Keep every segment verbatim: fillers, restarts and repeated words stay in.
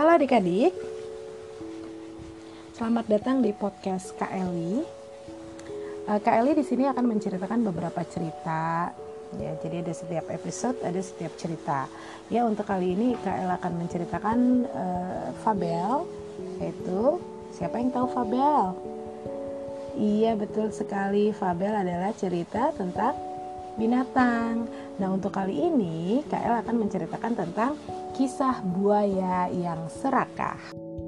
Halo adik-adik, selamat datang di podcast Kak Eli. Kak Eli di sini akan menceritakan beberapa cerita. Ya, jadi ada setiap episode ada setiap cerita. Ya, untuk kali ini Kak Eli akan menceritakan uh, Fabel, yaitu siapa yang tahu Fabel? Iya, betul sekali. Fabel adalah cerita tentang binatang. Nah, untuk kali ini Kak Eli akan menceritakan tentang kisah buaya yang serakah.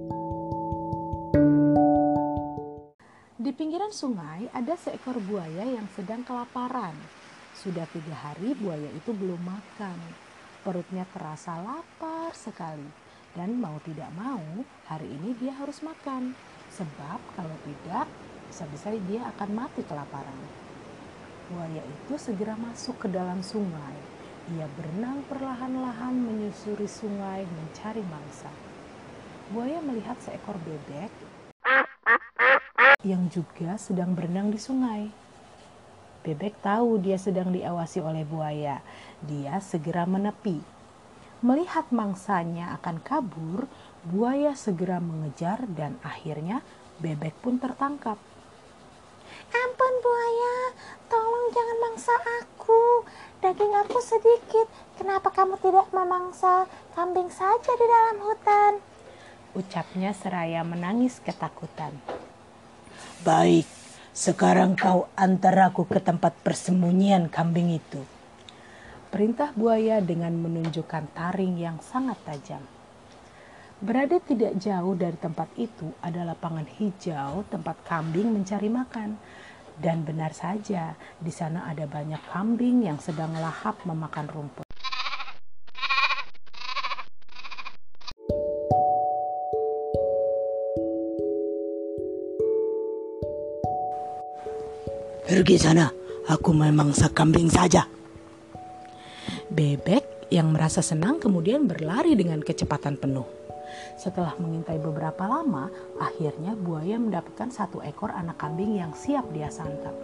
Di pinggiran sungai ada seekor buaya yang sedang kelaparan. Sudah tiga hari buaya itu belum makan. Perutnya terasa lapar sekali. Dan mau tidak mau hari ini dia harus makan. Sebab kalau tidak bisa-bisa dia akan mati kelaparan. Buaya itu segera masuk ke dalam sungai. Ia berenang perlahan-lahan menyusuri sungai mencari mangsa. Buaya melihat seekor bebek yang juga sedang berenang di sungai. Bebek tahu dia sedang diawasi oleh buaya. Dia segera menepi. Melihat mangsanya akan kabur, buaya segera mengejar dan akhirnya bebek pun tertangkap. Ampun buaya, tolong jangan mangsa aku. Daging aku sedikit. Kenapa kamu tidak memangsa kambing saja di dalam hutan? Ucapnya seraya menangis ketakutan. Baik, sekarang kau antar aku ke tempat persembunyian kambing itu. Perintah buaya dengan menunjukkan taring yang sangat tajam. Berada tidak jauh dari tempat itu ada lapangan hijau tempat kambing mencari makan. Dan benar saja, di sana ada banyak kambing yang sedang lahap memakan rumput. Pergi sana, aku memangsa kambing saja. Bebek yang merasa senang kemudian berlari dengan kecepatan penuh. Setelah mengintai beberapa lama, akhirnya buaya mendapatkan satu ekor anak kambing yang siap dia santap.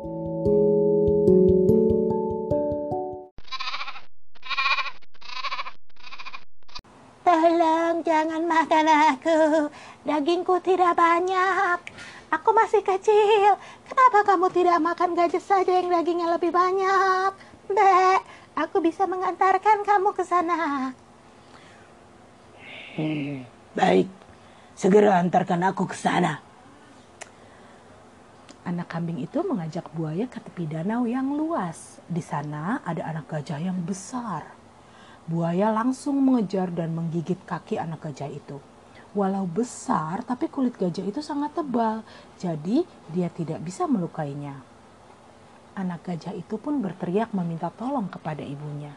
Tolong jangan makan aku. Dagingku tidak banyak. Aku masih kecil. Kenapa kamu tidak makan gajah saja yang dagingnya lebih banyak? Mbak, aku bisa mengantarkan kamu ke sana. Hmm, baik, segera antarkan aku ke sana. Anak kambing itu mengajak buaya ke tepi danau yang luas. Di sana ada anak gajah yang besar. Buaya langsung mengejar dan menggigit kaki anak gajah itu. Walau besar, tapi kulit gajah itu sangat tebal, jadi dia tidak bisa melukainya. Anak gajah itu pun berteriak meminta tolong kepada ibunya.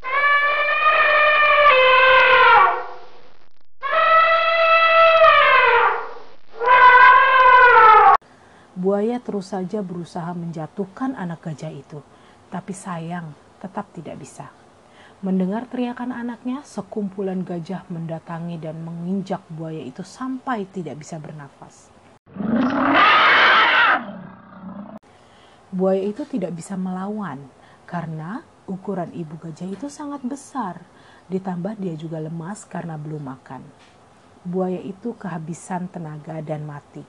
Buaya terus saja berusaha menjatuhkan anak gajah itu, tapi sayang tetap tidak bisa. Mendengar teriakan anaknya, sekumpulan gajah mendatangi dan menginjak buaya itu sampai tidak bisa bernafas. Buaya itu tidak bisa melawan karena ukuran ibu gajah itu sangat besar, ditambah dia juga lemas karena belum makan. Buaya itu kehabisan tenaga dan mati.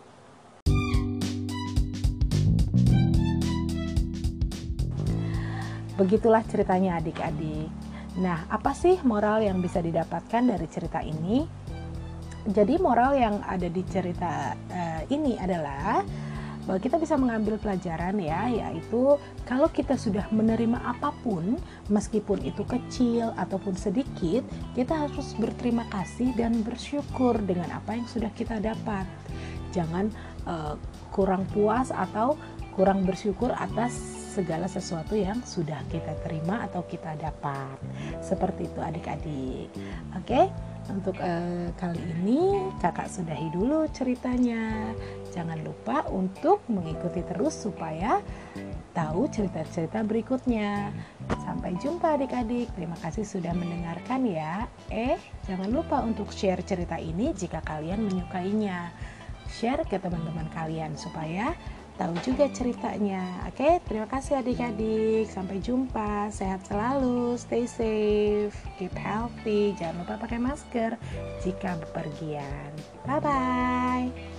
Begitulah ceritanya adik-adik. Nah, apa sih moral yang bisa didapatkan dari cerita ini? Jadi moral yang ada di cerita uh, ini adalah bahwa kita bisa mengambil pelajaran ya, yaitu kalau kita sudah menerima apapun, meskipun itu kecil ataupun sedikit, kita harus berterima kasih dan bersyukur dengan apa yang sudah kita dapat. Jangan uh, kurang puas atau kurang bersyukur atas segala sesuatu yang sudah kita terima atau kita dapat. Seperti itu adik-adik. Oke, untuk uh, kali ini kakak sudahi dulu ceritanya. Jangan lupa untuk mengikuti terus supaya tahu cerita-cerita berikutnya. Sampai jumpa adik-adik. Terima kasih sudah mendengarkan ya. Eh, jangan lupa untuk share cerita ini jika kalian menyukainya. Share ke teman-teman kalian supaya tahu juga ceritanya. Oke, terima kasih adik-adik. Sampai jumpa. Sehat selalu, stay safe, keep healthy. Jangan lupa pakai masker jika bepergian. Bye-bye.